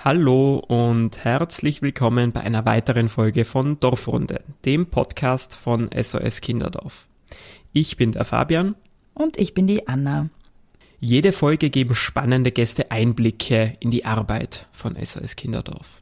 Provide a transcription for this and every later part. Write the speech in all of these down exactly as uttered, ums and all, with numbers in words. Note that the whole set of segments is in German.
Hallo und herzlich willkommen bei einer weiteren Folge von Dorfrunde, dem Podcast von S O S Kinderdorf. Ich bin der Fabian. Und ich bin die Anna. Jede Folge geben spannende Gäste Einblicke in die Arbeit von S O S Kinderdorf.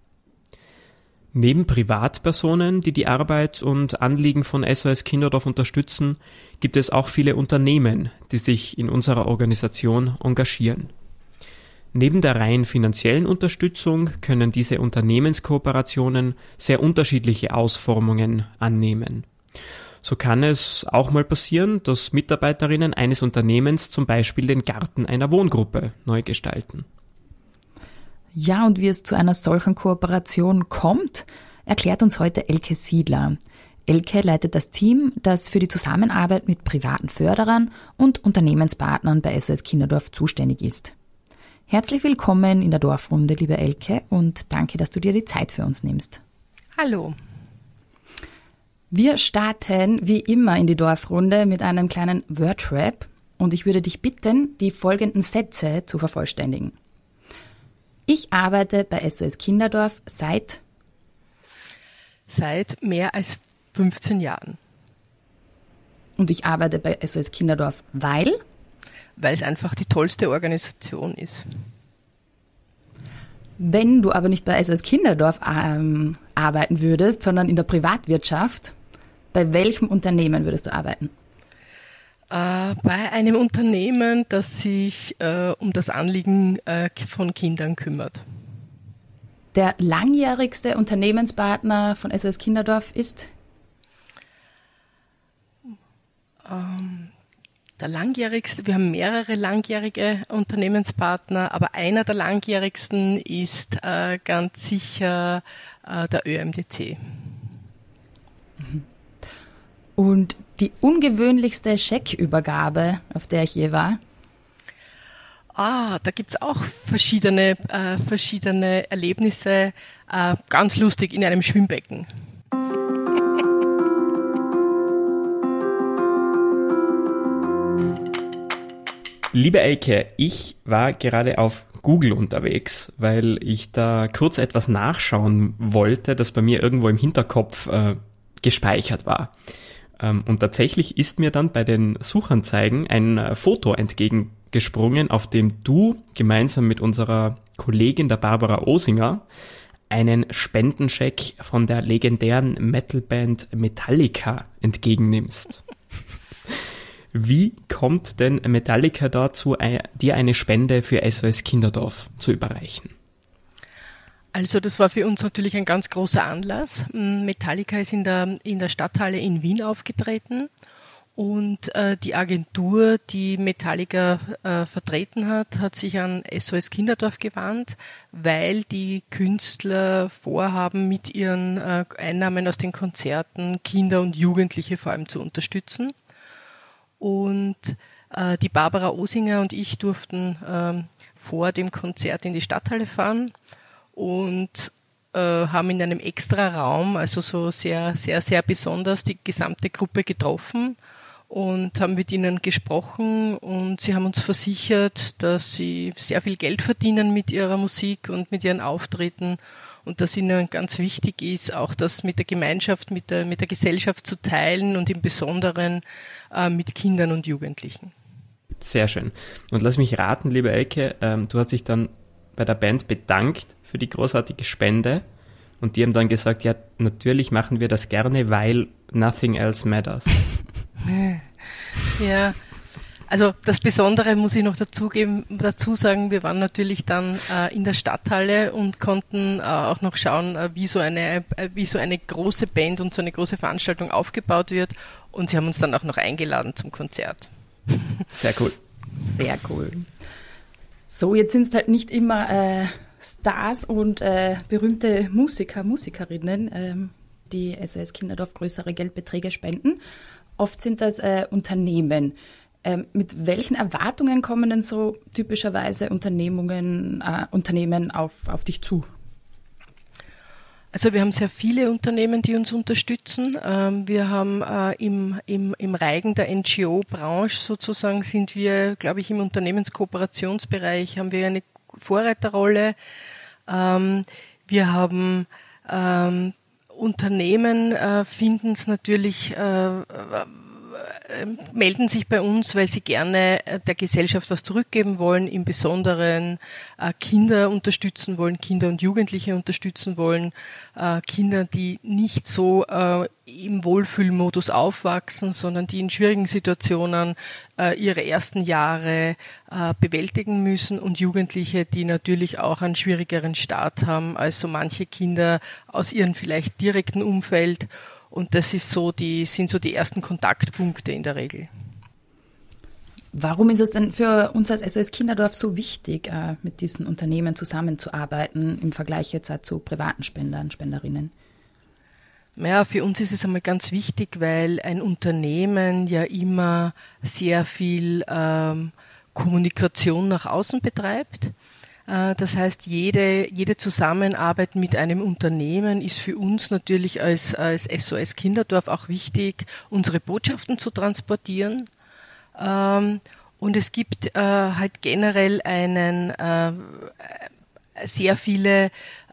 Neben Privatpersonen, die die Arbeit und Anliegen von S O S Kinderdorf unterstützen, gibt es auch viele Unternehmen, die sich in unserer Organisation engagieren. Neben der rein finanziellen Unterstützung können diese Unternehmenskooperationen sehr unterschiedliche Ausformungen annehmen. So kann es auch mal passieren, dass Mitarbeiterinnen eines Unternehmens zum Beispiel den Garten einer Wohngruppe neu gestalten. Ja, und wie es zu einer solchen Kooperation kommt, erklärt uns heute Elke Siedler. Elke leitet das Team, das für die Zusammenarbeit mit privaten Förderern und Unternehmenspartnern bei S O S Kinderdorf zuständig ist. Herzlich willkommen in der Dorfrunde, liebe Elke, und danke, dass du dir die Zeit für uns nimmst. Hallo. Wir starten wie immer in die Dorfrunde mit einem kleinen Wordrap und ich würde dich bitten, die folgenden Sätze zu vervollständigen. Ich arbeite bei S O S Kinderdorf seit Seit mehr als fünfzehn Jahren. Und ich arbeite bei S O S Kinderdorf, weil? Weil es einfach die tollste Organisation ist. Wenn du aber nicht bei S O S Kinderdorf ähm, arbeiten würdest, sondern in der Privatwirtschaft, bei welchem Unternehmen würdest du arbeiten? Äh, bei einem Unternehmen, das sich äh, um das Anliegen äh, von Kindern kümmert. Der langjährigste Unternehmenspartner von S O S Kinderdorf ist? Ähm, Der langjährigste, wir haben mehrere langjährige Unternehmenspartner, aber einer der langjährigsten ist äh, ganz sicher äh, der Ö M D C. Und die ungewöhnlichste Scheckübergabe, auf der ich je war? Ah, da gibt's auch verschiedene, äh, verschiedene Erlebnisse, äh, ganz lustig in einem Schwimmbecken. Liebe Elke, ich war gerade auf Google unterwegs, weil ich da kurz etwas nachschauen wollte, das bei mir irgendwo im Hinterkopf äh, gespeichert war. Ähm, und tatsächlich ist mir dann bei den Suchanzeigen ein äh, Foto entgegengesprungen, auf dem du gemeinsam mit unserer Kollegin, der Barbara Osinger, einen Spendenscheck von der legendären Metalband Metallica entgegennimmst. Wie kommt denn Metallica dazu, dir eine Spende für S O S Kinderdorf zu überreichen? Also das war für uns natürlich ein ganz großer Anlass. Metallica ist in der, in der Stadthalle in Wien aufgetreten und äh, die Agentur, die Metallica äh, vertreten hat, hat sich an S O S Kinderdorf gewandt, weil die Künstler vorhaben, mit ihren äh, Einnahmen aus den Konzerten Kinder und Jugendliche vor allem zu unterstützen. Und äh, die Barbara Osinger und ich durften ähm, vor dem Konzert in die Stadthalle fahren und äh, haben in einem extra Raum, also so sehr, sehr, sehr besonders, die gesamte Gruppe getroffen und haben mit ihnen gesprochen und sie haben uns versichert, dass sie sehr viel Geld verdienen mit ihrer Musik und mit ihren Auftritten und dass ihnen ganz wichtig ist, auch das mit der Gemeinschaft, mit der, mit der Gesellschaft zu teilen und im Besonderen äh, mit Kindern und Jugendlichen. Sehr schön. Und lass mich raten, liebe Elke, ähm, du hast dich dann bei der Band bedankt für die großartige Spende und die haben dann gesagt, ja, natürlich machen wir das gerne, weil nothing else matters. Ja, also das Besondere muss ich noch dazugeben, dazu sagen, wir waren natürlich dann äh, in der Stadthalle und konnten äh, auch noch schauen, äh, wie so eine äh, wie so eine große Band und so eine große Veranstaltung aufgebaut wird und sie haben uns dann auch noch eingeladen zum Konzert. Sehr cool. Sehr cool. So, jetzt sind es halt nicht immer äh, Stars und äh, berühmte Musiker, Musikerinnen, ähm, die S O S Kinderdorf größere Geldbeträge spenden. Oft sind das äh, Unternehmen. Ähm, mit welchen Erwartungen kommen denn so typischerweise Unternehmungen, äh, Unternehmen auf, auf dich zu? Also wir haben sehr viele Unternehmen, die uns unterstützen. Ähm, wir haben äh, im, im, im Reigen der N G O-Branche sozusagen sind wir, glaube ich, im Unternehmenskooperationsbereich haben wir eine Vorreiterrolle. Ähm, wir haben ähm, Unternehmen äh, finden es natürlich, äh, äh, melden sich bei uns, weil sie gerne der Gesellschaft was zurückgeben wollen, im Besonderen äh, Kinder unterstützen wollen, Kinder und Jugendliche unterstützen wollen, äh, Kinder, die nicht so äh, im Wohlfühlmodus aufwachsen, sondern die in schwierigen Situationen äh, ihre ersten Jahre äh, bewältigen müssen, und Jugendliche, die natürlich auch einen schwierigeren Start haben als so manche Kinder aus ihrem vielleicht direkten Umfeld. Und das ist so die, sind so die ersten Kontaktpunkte in der Regel. Warum ist es denn für uns als S O S Kinderdorf so wichtig, äh, mit diesen Unternehmen zusammenzuarbeiten im Vergleich jetzt halt zu privaten Spendern, Spenderinnen? Naja, für uns ist es einmal ganz wichtig, weil ein Unternehmen ja immer sehr viel ähm, Kommunikation nach außen betreibt. Das heißt, jede, jede Zusammenarbeit mit einem Unternehmen ist für uns natürlich als, als S O S Kinderdorf auch wichtig, unsere Botschaften zu transportieren. Und es gibt halt generell einen, sehr viele,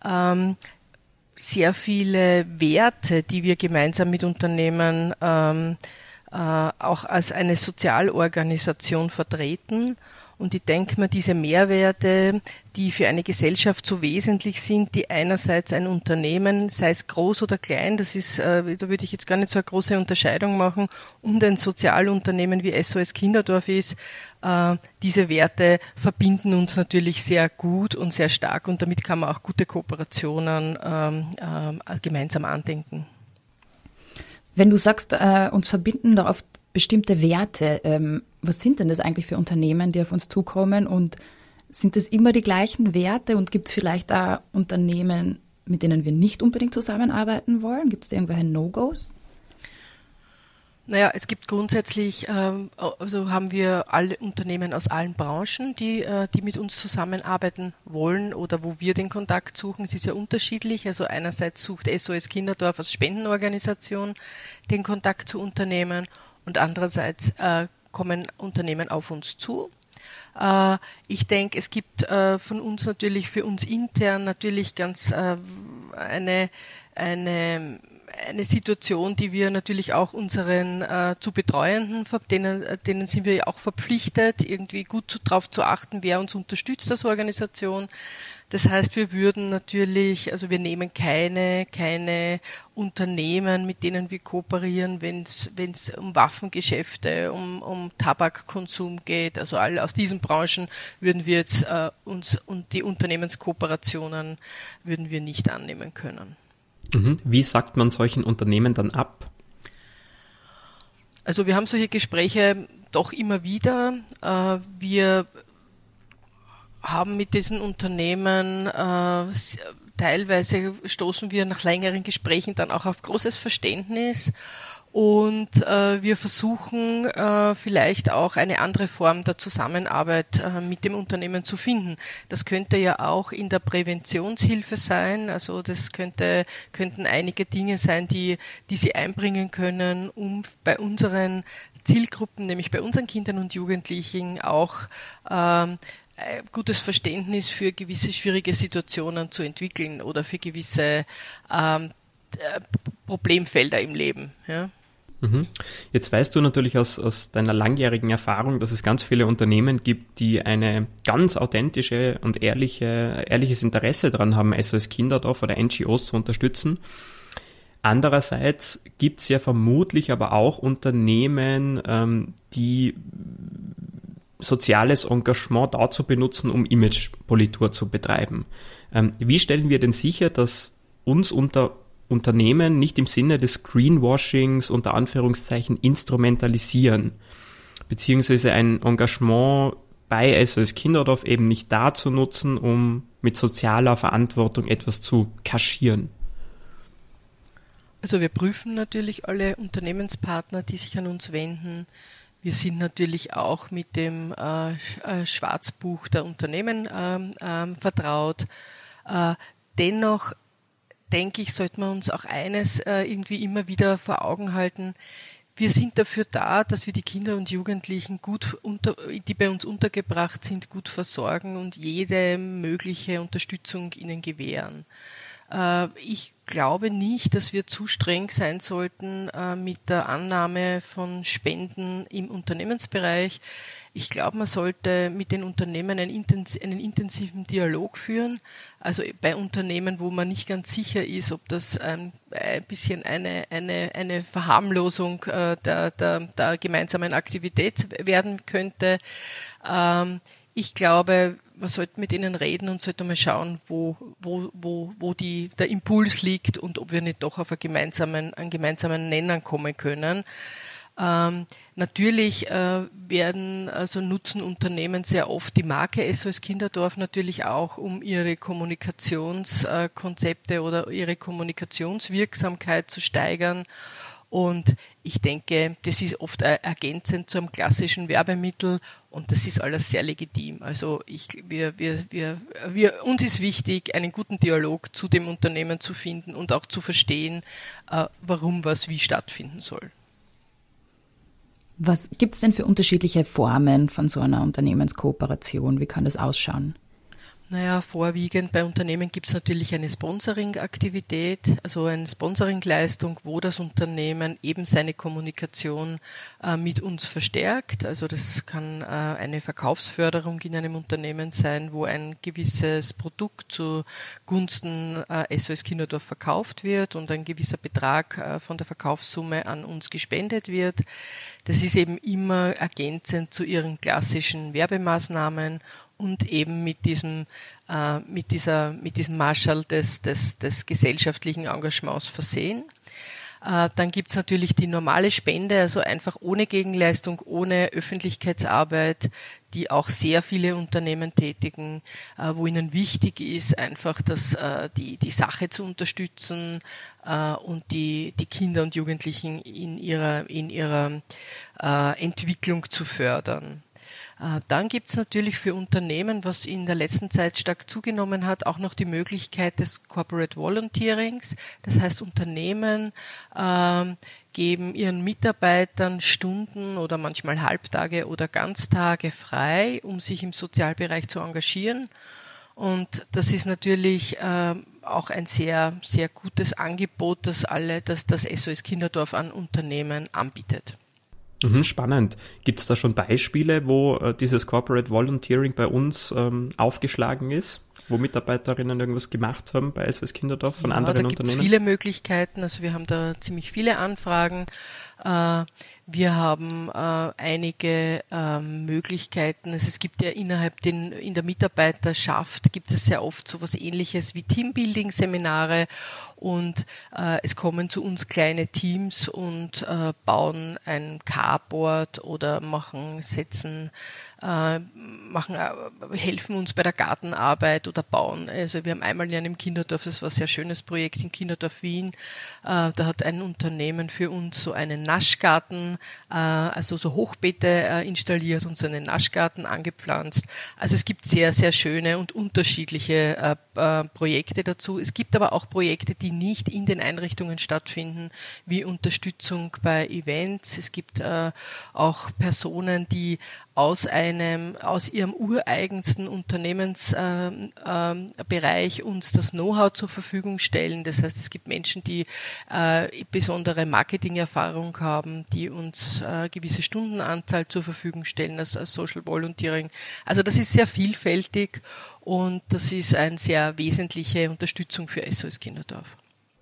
sehr viele Werte, die wir gemeinsam mit Unternehmen auch als eine Sozialorganisation vertreten. Und ich denke mir, diese Mehrwerte, die für eine Gesellschaft so wesentlich sind, die einerseits ein Unternehmen, sei es groß oder klein, das ist, äh, da würde ich jetzt gar nicht so eine große Unterscheidung machen, und ein Sozialunternehmen wie S O S Kinderdorf ist, äh, diese Werte verbinden uns natürlich sehr gut und sehr stark, und damit kann man auch gute Kooperationen ähm, äh, gemeinsam andenken. Wenn du sagst, äh, uns verbinden da oft bestimmte Werte, ähm, was sind denn das eigentlich für Unternehmen, die auf uns zukommen, und sind das immer die gleichen Werte, und gibt es vielleicht auch Unternehmen, mit denen wir nicht unbedingt zusammenarbeiten wollen? Gibt es da irgendwelche No-Gos? Naja, es gibt grundsätzlich, ähm, also haben wir alle Unternehmen aus allen Branchen, die, äh, die mit uns zusammenarbeiten wollen oder wo wir den Kontakt suchen. Es ist ja unterschiedlich. Also einerseits sucht S O S Kinderdorf als Spendenorganisation den Kontakt zu Unternehmen, und andererseits äh, kommen Unternehmen auf uns zu. Äh, ich denke, es gibt äh, von uns natürlich, für uns intern natürlich ganz äh, eine, eine, eine Situation, die wir natürlich auch unseren äh, zu Betreuenden, denen, denen sind wir ja auch verpflichtet, irgendwie gut zu, drauf zu achten, wer uns unterstützt als Organisation. Das heißt, wir würden natürlich, also wir nehmen keine, keine Unternehmen, mit denen wir kooperieren, wenn es, wenn es um Waffengeschäfte, um, um Tabakkonsum geht. Also alle aus diesen Branchen würden wir jetzt äh, uns und die Unternehmenskooperationen würden wir nicht annehmen können. Mhm. Wie sagt man solchen Unternehmen dann ab? Also wir haben solche Gespräche doch immer wieder. Äh, wir haben mit diesen Unternehmen, äh, teilweise stoßen wir nach längeren Gesprächen dann auch auf großes Verständnis, und äh, wir versuchen äh, vielleicht auch eine andere Form der Zusammenarbeit äh, mit dem Unternehmen zu finden. Das könnte ja auch in der Präventionshilfe sein, also das könnte, könnten einige Dinge sein, die, die sie einbringen können, um bei unseren Zielgruppen, nämlich bei unseren Kindern und Jugendlichen auch ähm, gutes Verständnis für gewisse schwierige Situationen zu entwickeln oder für gewisse ähm, Problemfelder im Leben. Ja. Jetzt weißt du natürlich aus, aus deiner langjährigen Erfahrung, dass es ganz viele Unternehmen gibt, die eine ganz authentische und ehrliche, ehrliches Interesse daran haben, S O S Kinderdorf oder N G Os zu unterstützen. Andererseits gibt es ja vermutlich aber auch Unternehmen, ähm, die soziales Engagement dazu benutzen, um Imagepolitur zu betreiben. Ähm, wie stellen wir denn sicher, dass uns unter Unternehmen nicht im Sinne des Greenwashings unter Anführungszeichen instrumentalisieren, beziehungsweise ein Engagement bei S O S Kinderdorf eben nicht dazu nutzen, um mit sozialer Verantwortung etwas zu kaschieren? Also wir prüfen natürlich alle Unternehmenspartner, die sich an uns wenden. Wir sind natürlich auch mit dem äh, Schwarzbuch der Unternehmen ähm, ähm, vertraut. Äh, dennoch denke ich, sollte man uns auch eines äh, irgendwie immer wieder vor Augen halten. wir sind dafür da, dass wir die Kinder und Jugendlichen gut unter, die bei uns untergebracht sind, gut versorgen und jede mögliche Unterstützung ihnen gewähren. Ich glaube nicht, dass wir zu streng sein sollten mit der Annahme von Spenden im Unternehmensbereich. Ich glaube, man sollte mit den Unternehmen einen, intens- einen intensiven Dialog führen. Also bei Unternehmen, wo man nicht ganz sicher ist, ob das ein, ein bisschen eine, eine, eine Verharmlosung der, der, der gemeinsamen Aktivität werden könnte. Ich glaube, man sollte mit ihnen reden und sollte mal schauen, wo, wo, wo, wo die, der Impuls liegt und ob wir nicht doch auf einen gemeinsamen, einen gemeinsamen Nenner kommen können. Ähm, natürlich äh, werden, also nutzen Unternehmen sehr oft die Marke S O S Kinderdorf natürlich auch, um ihre Kommunikationskonzepte äh, oder ihre Kommunikationswirksamkeit zu steigern. Und ich denke, das ist oft ergänzend zu einem klassischen Werbemittel und das ist alles sehr legitim. Also ich, wir, wir, wir, wir, uns ist wichtig, einen guten Dialog zu dem Unternehmen zu finden und auch zu verstehen, äh, warum was wie stattfinden soll. Was gibt es denn für unterschiedliche Formen von so einer Unternehmenskooperation? Wie kann das ausschauen? Naja, vorwiegend bei Unternehmen gibt es natürlich eine Sponsoring-Aktivität, also eine Sponsoring-Leistung, wo das Unternehmen eben seine Kommunikation äh, mit uns verstärkt. Also das kann äh, eine Verkaufsförderung in einem Unternehmen sein, wo ein gewisses Produkt zugunsten äh, S O S Kinderdorf verkauft wird und ein gewisser Betrag äh, von der Verkaufssumme an uns gespendet wird. Das ist eben immer ergänzend zu ihren klassischen Werbemaßnahmen und eben mit diesem, äh, mit dieser, mit diesem Marschall des, des, des gesellschaftlichen Engagements versehen. Äh, dann gibt's natürlich die normale Spende, also einfach ohne Gegenleistung, ohne Öffentlichkeitsarbeit, die auch sehr viele Unternehmen tätigen, äh, wo ihnen wichtig ist, einfach das, äh, die, die Sache zu unterstützen äh, und die, die Kinder und Jugendlichen in ihrer, in ihrer äh, Entwicklung zu fördern. Dann gibt es natürlich für Unternehmen, was in der letzten Zeit stark zugenommen hat, auch noch die Möglichkeit des Corporate Volunteerings. Das heißt, Unternehmen äh, geben ihren Mitarbeitern Stunden oder manchmal Halbtage oder Ganztage frei, um sich im Sozialbereich zu engagieren. Und das ist natürlich äh, auch ein sehr, sehr gutes Angebot, das alle, das das S O S Kinderdorf an Unternehmen anbietet. Mhm, spannend. Gibt es da schon Beispiele, wo äh, dieses Corporate Volunteering bei uns ähm, aufgeschlagen ist, wo Mitarbeiterinnen irgendwas gemacht haben bei S O S Kinderdorf von ja, anderen da Unternehmen? Da gibt es viele Möglichkeiten. Also wir haben da ziemlich viele Anfragen. Äh, wir haben äh, einige äh, Möglichkeiten. Also es gibt ja innerhalb den, in der Mitarbeiterschaft gibt es sehr oft so etwas Ähnliches wie Teambuilding-Seminare und äh, es kommen zu uns kleine Teams und äh, bauen ein Carport oder machen, setzen, äh, machen, äh, helfen uns bei der Gartenarbeit oder bauen. Also wir haben einmal in einem Kinderdorf, das war ein sehr schönes Projekt im Kinderdorf Wien, äh, da hat ein Unternehmen für uns so einen Naschgarten, äh, also so Hochbeete äh, installiert und so einen Naschgarten angepflanzt. Also es gibt sehr, sehr schöne und unterschiedliche äh, äh, Projekte dazu. Es gibt aber auch Projekte, die nicht in den Einrichtungen stattfinden, wie Unterstützung bei Events. Es gibt äh, auch Personen, die aus einem, aus ihrem ureigensten Unternehmensbereich äh, äh, uns das Know-how zur Verfügung stellen. Das heißt, es gibt Menschen, die äh, besondere Marketingerfahrung haben, die uns äh, gewisse Stundenanzahl zur Verfügung stellen als, als Social Volunteering. Also das ist sehr vielfältig und das ist eine sehr wesentliche Unterstützung für S O S Kinderdorf.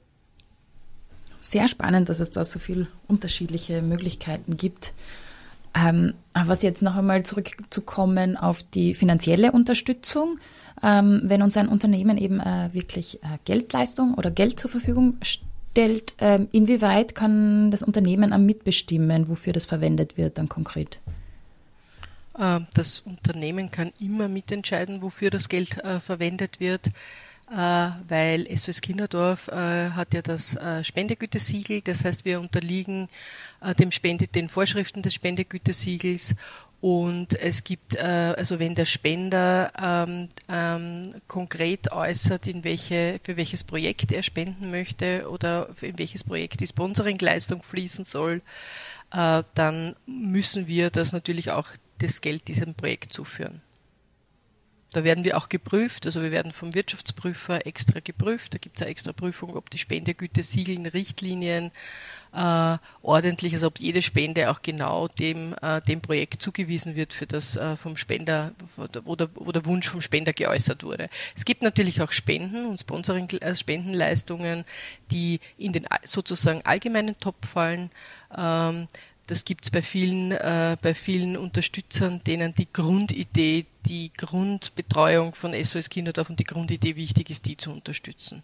Sehr spannend, dass es da so viele unterschiedliche Möglichkeiten gibt. Ähm, was jetzt noch einmal zurückzukommen auf die finanzielle Unterstützung, ähm, wenn uns ein Unternehmen eben äh, wirklich äh, Geldleistung oder Geld zur Verfügung stellt, äh, inwieweit kann das Unternehmen am mitbestimmen, wofür das verwendet wird dann konkret? Das Unternehmen kann immer mitentscheiden, wofür das Geld äh, verwendet wird, äh, weil S O S Kinderdorf äh, hat ja das äh, Spendegütesiegel, das heißt, wir unterliegen äh, dem Spende, den Vorschriften des Spendegütesiegels Und es gibt, äh, also wenn der Spender ähm, ähm, konkret äußert, in welche, für welches Projekt er spenden möchte oder in welches Projekt die Sponsoringleistung fließen soll, äh, dann müssen wir das natürlich auch das Geld diesem Projekt zuführen. Da werden wir auch geprüft, also wir werden vom Wirtschaftsprüfer extra geprüft, da gibt es eine extra Prüfung, ob die Spendegütesiegeln, Richtlinien äh, ordentlich, also ob jede Spende auch genau dem, äh, dem Projekt zugewiesen wird, für das äh, vom Spender, wo der, wo der Wunsch vom Spender geäußert wurde. Es gibt natürlich auch Spenden und Sponsoring-Spendenleistungen, die in den sozusagen allgemeinen Topf fallen. Ähm, Das gibt es bei vielen, äh, bei vielen Unterstützern, denen die Grundidee, die Grundbetreuung von S O S Kinderdorf und die Grundidee wichtig ist, die zu unterstützen.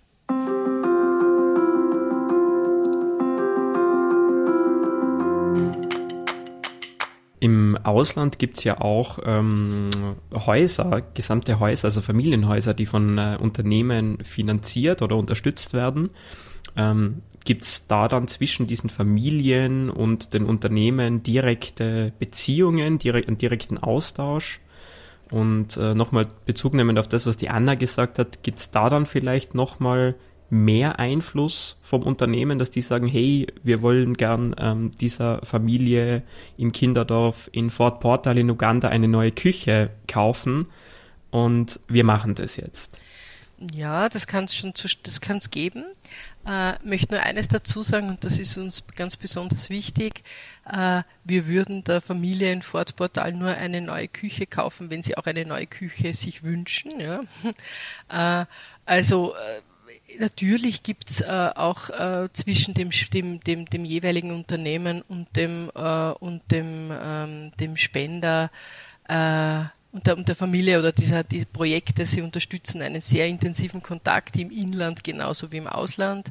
Im Ausland gibt es ja auch ähm, Häuser, gesamte Häuser, also Familienhäuser, die von äh, Unternehmen finanziert oder unterstützt werden. Ähm, gibt es da dann zwischen diesen Familien und den Unternehmen direkte Beziehungen, direkt, einen direkten Austausch? Und äh, nochmal Bezug nehmend auf das, was die Anna gesagt hat, gibt es da dann vielleicht nochmal mehr Einfluss vom Unternehmen, dass die sagen, hey, wir wollen gern ähm, dieser Familie im Kinderdorf in Fort Portal in Uganda eine neue Küche kaufen und wir machen das jetzt? Ja, das kann es schon, das kann es geben. Äh, möchte nur eines dazu sagen, und das ist uns ganz besonders wichtig. Äh, wir würden der Familie in Fort Portal nur eine neue Küche kaufen, wenn sie auch eine neue Küche sich wünschen. Ja. äh, also äh, natürlich gibt's äh, auch äh, zwischen dem, dem, dem, dem jeweiligen Unternehmen und dem, äh, und dem, ähm, dem Spender äh, und der, und der Familie oder dieser, die Projekte, sie unterstützen einen sehr intensiven Kontakt im Inland genauso wie im Ausland.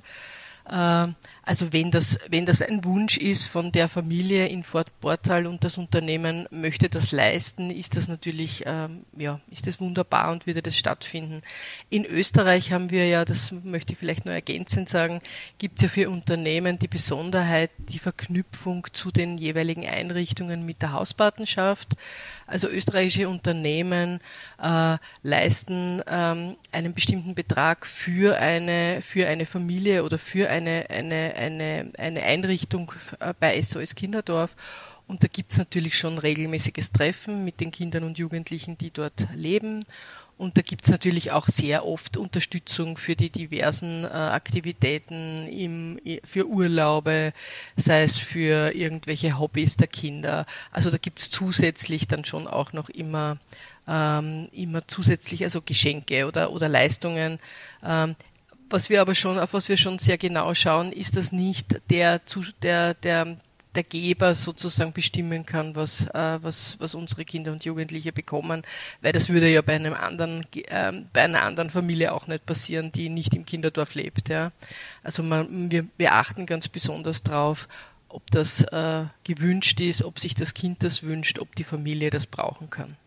Also wenn das, wenn das ein Wunsch ist von der Familie in Fort Portal und das Unternehmen möchte das leisten, ist das natürlich, ähm, ja, ist das wunderbar und würde das stattfinden. In Österreich haben wir ja, das möchte ich vielleicht nur ergänzend sagen, gibt es ja für Unternehmen die Besonderheit, die Verknüpfung zu den jeweiligen Einrichtungen mit der Hauspatenschaft. Also österreichische Unternehmen äh, leisten ähm, einen bestimmten Betrag für eine, für eine Familie oder für eine, eine, eine, eine Einrichtung bei S O S Kinderdorf. Und da gibt es natürlich schon regelmäßiges Treffen mit den Kindern und Jugendlichen, die dort leben. Und da gibt es natürlich auch sehr oft Unterstützung für die diversen äh, Aktivitäten, im, für Urlaube, sei es für irgendwelche Hobbys der Kinder. Also da gibt es zusätzlich dann schon auch noch immer, ähm, immer zusätzlich, also Geschenke oder, oder Leistungen. Ähm, was wir aber schon, auf was wir schon sehr genau schauen, ist, dass nicht der, der, der, der Geber sozusagen bestimmen kann, was, äh, was, was unsere Kinder und Jugendliche bekommen, weil das würde ja bei einem anderen, äh, bei einer anderen Familie auch nicht passieren, die nicht im Kinderdorf lebt, ja. Also man, wir, wir achten ganz besonders drauf, ob das äh, gewünscht ist, ob sich das Kind das wünscht, ob die Familie das brauchen kann.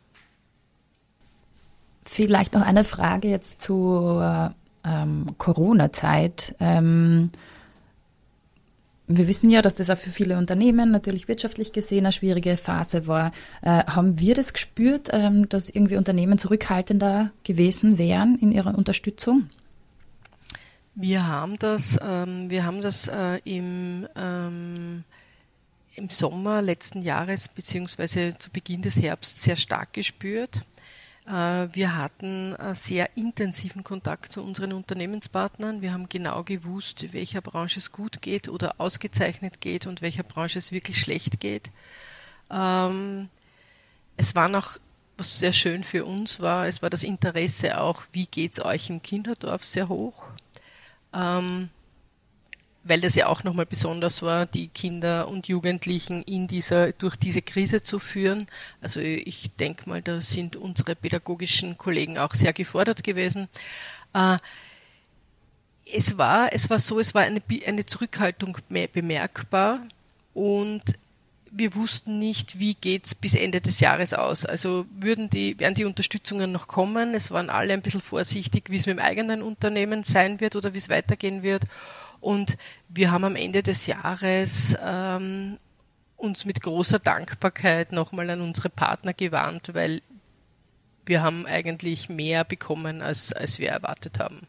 Vielleicht noch eine Frage jetzt zur ähm, Corona-Zeit. Ähm, Wir wissen ja, dass das auch für viele Unternehmen natürlich wirtschaftlich gesehen eine schwierige Phase war. Äh, haben wir das gespürt, ähm, dass irgendwie Unternehmen zurückhaltender gewesen wären in ihrer Unterstützung? Wir haben das, ähm, wir haben das äh, im, ähm, im Sommer letzten Jahres beziehungsweise zu Beginn des Herbsts sehr stark gespürt. Wir hatten sehr intensiven Kontakt zu unseren Unternehmenspartnern. Wir haben genau gewusst, welcher Branche es gut geht oder ausgezeichnet geht und welcher Branche es wirklich schlecht geht. Es war noch, was sehr schön für uns war, es war das Interesse auch, wie geht es euch im Kinderdorf, sehr hoch. Weil das ja auch nochmal besonders war, die Kinder und Jugendlichen in dieser, durch diese Krise zu führen. Also ich denke mal, da sind unsere pädagogischen Kollegen auch sehr gefordert gewesen. Äh, es war, es war so, es war eine, eine Zurückhaltung bemerkbar und wir wussten nicht, wie geht's bis Ende des Jahres aus. Also würden die, werden die Unterstützungen noch kommen? Es waren alle ein bisschen vorsichtig, wie es mit dem eigenen Unternehmen sein wird oder wie es weitergehen wird. Und wir haben am Ende des Jahres ähm, uns mit großer Dankbarkeit nochmal an unsere Partner gewandt, weil wir haben eigentlich mehr bekommen, als, als wir erwartet haben.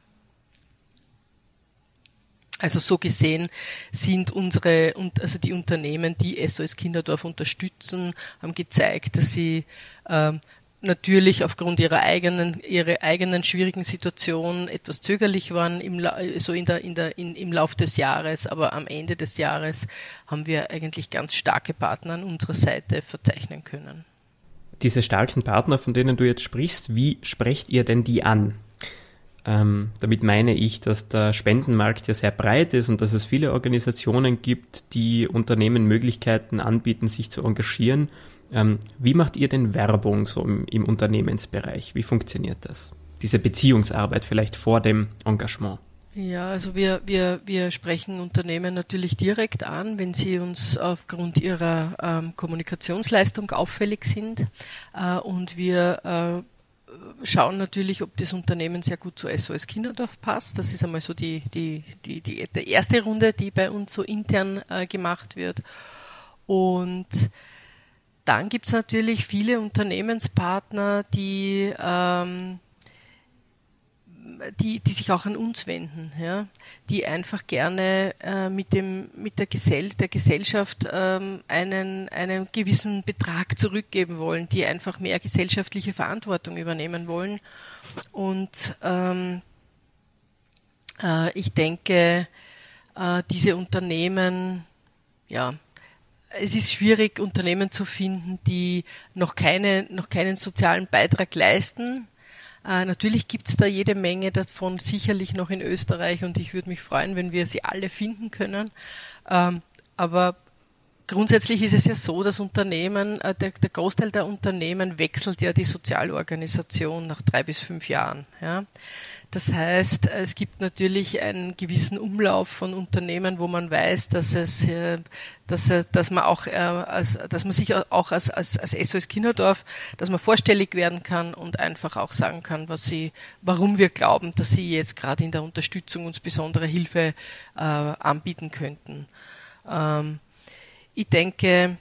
Also so gesehen sind unsere, also die Unternehmen, die S O S Kinderdorf unterstützen, haben gezeigt, dass sie äh, natürlich aufgrund ihrer eigenen, ihrer eigenen schwierigen Situation etwas zögerlich waren im, so in der, in der, in, im Lauf des Jahres, aber am Ende des Jahres haben wir eigentlich ganz starke Partner an unserer Seite verzeichnen können. Diese starken Partner, von denen du jetzt sprichst, wie sprecht ihr denn die an? Ähm, damit meine ich, dass der Spendenmarkt ja sehr breit ist und dass es viele Organisationen gibt, die Unternehmen Möglichkeiten anbieten, sich zu engagieren. Ähm, wie macht ihr denn Werbung so im, im Unternehmensbereich? Wie funktioniert das? Diese Beziehungsarbeit vielleicht vor dem Engagement? Ja, also wir, wir, wir sprechen Unternehmen natürlich direkt an, wenn sie uns aufgrund ihrer ähm, Kommunikationsleistung auffällig sind. Äh, und wir äh, schauen natürlich, ob das Unternehmen sehr gut zu S O S Kinderdorf passt. Das ist einmal so die, die, die, die, die erste Runde, die bei uns so intern äh, gemacht wird. Und dann gibt es natürlich viele Unternehmenspartner, die, ähm, die, die sich auch an uns wenden, ja, die einfach gerne äh, mit dem mit der, Gesell der Gesellschaft ähm, einen einen gewissen Betrag zurückgeben wollen, die einfach mehr gesellschaftliche Verantwortung übernehmen wollen. Und ähm, äh, ich denke, äh, diese Unternehmen, ja, es ist schwierig, Unternehmen zu finden, die noch keine noch keinen sozialen Beitrag leisten. Äh, natürlich gibt es da jede Menge davon, sicherlich noch in Österreich, und ich würde mich freuen, wenn wir sie alle finden können. Ähm, aber grundsätzlich ist es ja so, dass Unternehmen, äh, der, der Großteil der Unternehmen wechselt ja die Sozialorganisation nach drei bis fünf Jahren. Ja. Das heißt, es gibt natürlich einen gewissen Umlauf von Unternehmen, wo man weiß, dass es, äh, dass, dass man auch, äh, als, dass man sich auch als, als, als S O S Kinderdorf, dass man vorstellig werden kann und einfach auch sagen kann, was sie, warum wir glauben, dass sie jetzt gerade in der Unterstützung uns besondere Hilfe äh, anbieten könnten. Ähm, ich denke,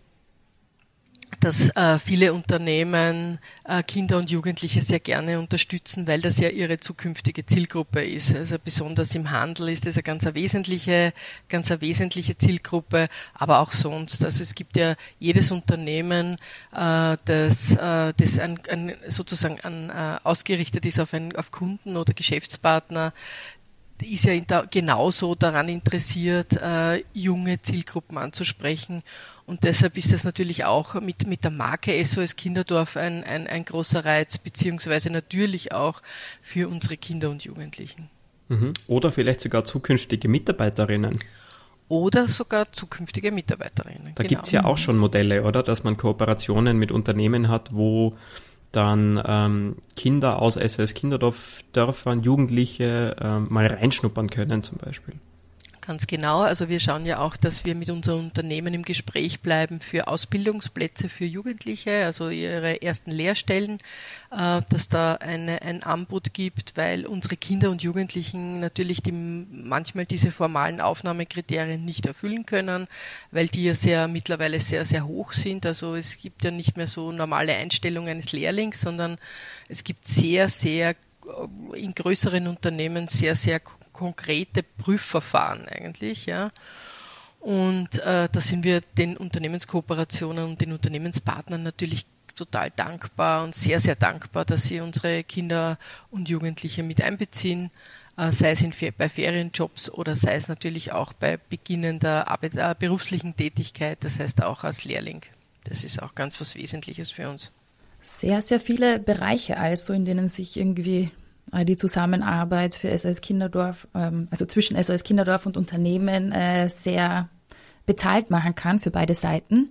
dass äh, viele Unternehmen äh, Kinder und Jugendliche sehr gerne unterstützen, weil das ja ihre zukünftige Zielgruppe ist. Also besonders im Handel ist das eine ganz eine wesentliche, ganz eine wesentliche Zielgruppe, aber auch sonst. Also es gibt ja jedes Unternehmen, äh, das, äh, das ein, ein, sozusagen an, äh, ausgerichtet ist auf, ein, auf Kunden oder Geschäftspartner, ist ja da genauso daran interessiert, äh, junge Zielgruppen anzusprechen. Und deshalb ist das natürlich auch mit, mit der Marke S O S Kinderdorf ein, ein, ein großer Reiz, beziehungsweise natürlich auch für unsere Kinder und Jugendlichen. Oder vielleicht sogar zukünftige Mitarbeiterinnen. Oder sogar zukünftige Mitarbeiterinnen. Da genau. gibt es ja auch schon Modelle, oder? Dass man Kooperationen mit Unternehmen hat, wo dann ähm, Kinder aus S O S Kinderdorf-Dörfern, Jugendliche ähm, mal reinschnuppern können zum Beispiel. Ganz genau. Also wir schauen ja auch, dass wir mit unseren Unternehmen im Gespräch bleiben für Ausbildungsplätze für Jugendliche, also ihre ersten Lehrstellen, äh, dass da eine, ein Angebot gibt, weil unsere Kinder und Jugendlichen natürlich die, manchmal diese formalen Aufnahmekriterien nicht erfüllen können, weil die ja sehr mittlerweile sehr, sehr hoch sind. Also es gibt ja nicht mehr so normale Einstellung eines Lehrlings, sondern es gibt sehr, sehr in größeren Unternehmen sehr, sehr konkrete Prüfverfahren eigentlich, ja. Und äh, da sind wir den Unternehmenskooperationen und den Unternehmenspartnern natürlich total dankbar und sehr, sehr dankbar, dass sie unsere Kinder und Jugendliche mit einbeziehen, äh, sei es in, bei Ferienjobs oder sei es natürlich auch bei beginnender Arbeit, äh, beruflichen Tätigkeit, das heißt auch als Lehrling. Das ist auch ganz was Wesentliches für uns. Sehr, sehr viele Bereiche also, in denen sich irgendwie die Zusammenarbeit für S O S Kinderdorf, also zwischen S O S Kinderdorf und Unternehmen sehr bezahlt machen kann für beide Seiten.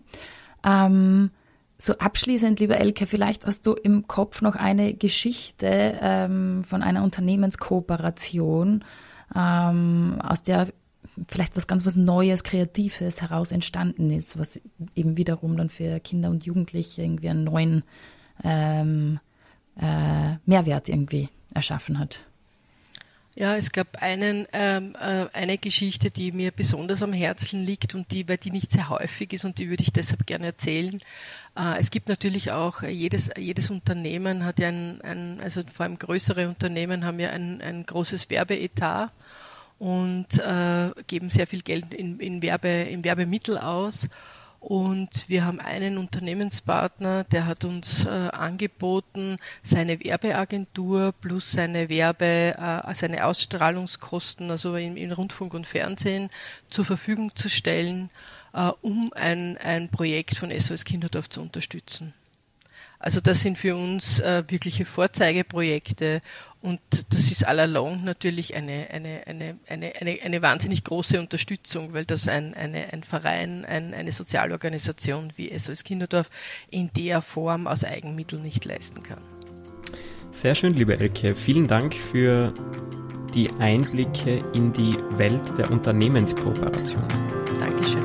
So abschließend, lieber Elke, vielleicht hast du im Kopf noch eine Geschichte von einer Unternehmenskooperation, aus der vielleicht was ganz was Neues, Kreatives heraus entstanden ist, was eben wiederum dann für Kinder und Jugendliche irgendwie einen neuen ähm, äh, Mehrwert irgendwie erschaffen hat. Ja, es gab einen, ähm, äh, eine Geschichte, die mir besonders am Herzen liegt und die, weil die nicht sehr häufig ist und die würde ich deshalb gerne erzählen. Äh, es gibt natürlich auch, jedes, jedes Unternehmen hat ja ein, ein, also vor allem größere Unternehmen haben ja ein, ein großes Werbeetat und äh, geben sehr viel Geld in, in, Werbe, in Werbemittel aus. Und wir haben einen Unternehmenspartner, der hat uns äh, angeboten, seine Werbeagentur plus seine Werbe, äh, seine Ausstrahlungskosten, also in, in Rundfunk und Fernsehen, zur Verfügung zu stellen, äh, um ein, ein Projekt von S O S Kinderdorf zu unterstützen. Also das sind für uns äh, wirkliche Vorzeigeprojekte und das ist all along natürlich eine, eine, eine, eine, eine, eine wahnsinnig große Unterstützung, weil das ein, eine, ein Verein, ein, eine Sozialorganisation wie S O S Kinderdorf in der Form aus Eigenmitteln nicht leisten kann. Sehr schön, liebe Elke. Vielen Dank für die Einblicke in die Welt der Unternehmenskooperation. Dankeschön.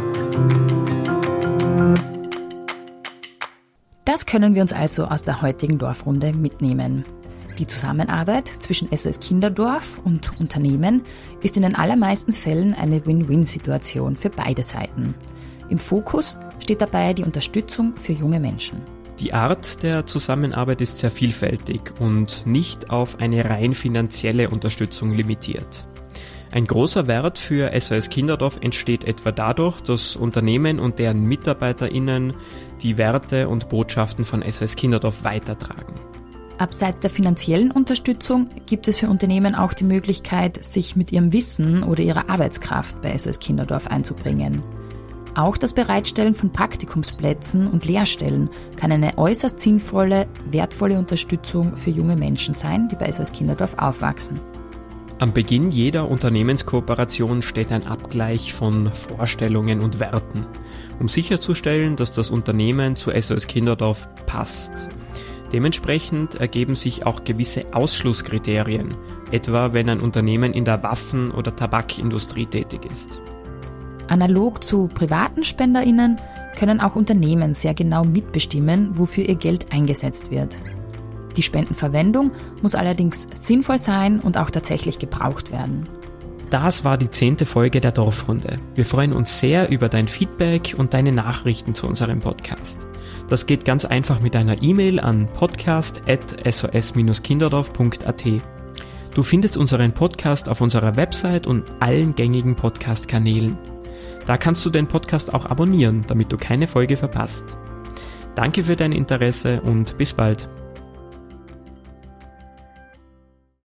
Das können wir uns also aus der heutigen Dorfrunde mitnehmen. Die Zusammenarbeit zwischen S O S Kinderdorf und Unternehmen ist in den allermeisten Fällen eine Win-Win-Situation für beide Seiten. Im Fokus steht dabei die Unterstützung für junge Menschen. Die Art der Zusammenarbeit ist sehr vielfältig und nicht auf eine rein finanzielle Unterstützung limitiert. Ein großer Wert für S O S Kinderdorf entsteht etwa dadurch, dass Unternehmen und deren MitarbeiterInnen die Werte und Botschaften von S O S Kinderdorf weitertragen. Abseits der finanziellen Unterstützung gibt es für Unternehmen auch die Möglichkeit, sich mit ihrem Wissen oder ihrer Arbeitskraft bei S O S Kinderdorf einzubringen. Auch das Bereitstellen von Praktikumsplätzen und Lehrstellen kann eine äußerst sinnvolle, wertvolle Unterstützung für junge Menschen sein, die bei S O S Kinderdorf aufwachsen. Am Beginn jeder Unternehmenskooperation steht ein Abgleich von Vorstellungen und Werten, um sicherzustellen, dass das Unternehmen zu S O S Kinderdorf passt. Dementsprechend ergeben sich auch gewisse Ausschlusskriterien, etwa wenn ein Unternehmen in der Waffen- oder Tabakindustrie tätig ist. Analog zu privaten SpenderInnen können auch Unternehmen sehr genau mitbestimmen, wofür ihr Geld eingesetzt wird. Die Spendenverwendung muss allerdings sinnvoll sein und auch tatsächlich gebraucht werden. Das war die zehnte Folge der Dorfrunde. Wir freuen uns sehr über dein Feedback und deine Nachrichten zu unserem Podcast. Das geht ganz einfach mit einer E-Mail an podcast at s o s kinderdorf punkt a t. Du findest unseren Podcast auf unserer Website und allen gängigen Podcast-Kanälen. Da kannst du den Podcast auch abonnieren, damit du keine Folge verpasst. Danke für dein Interesse und bis bald.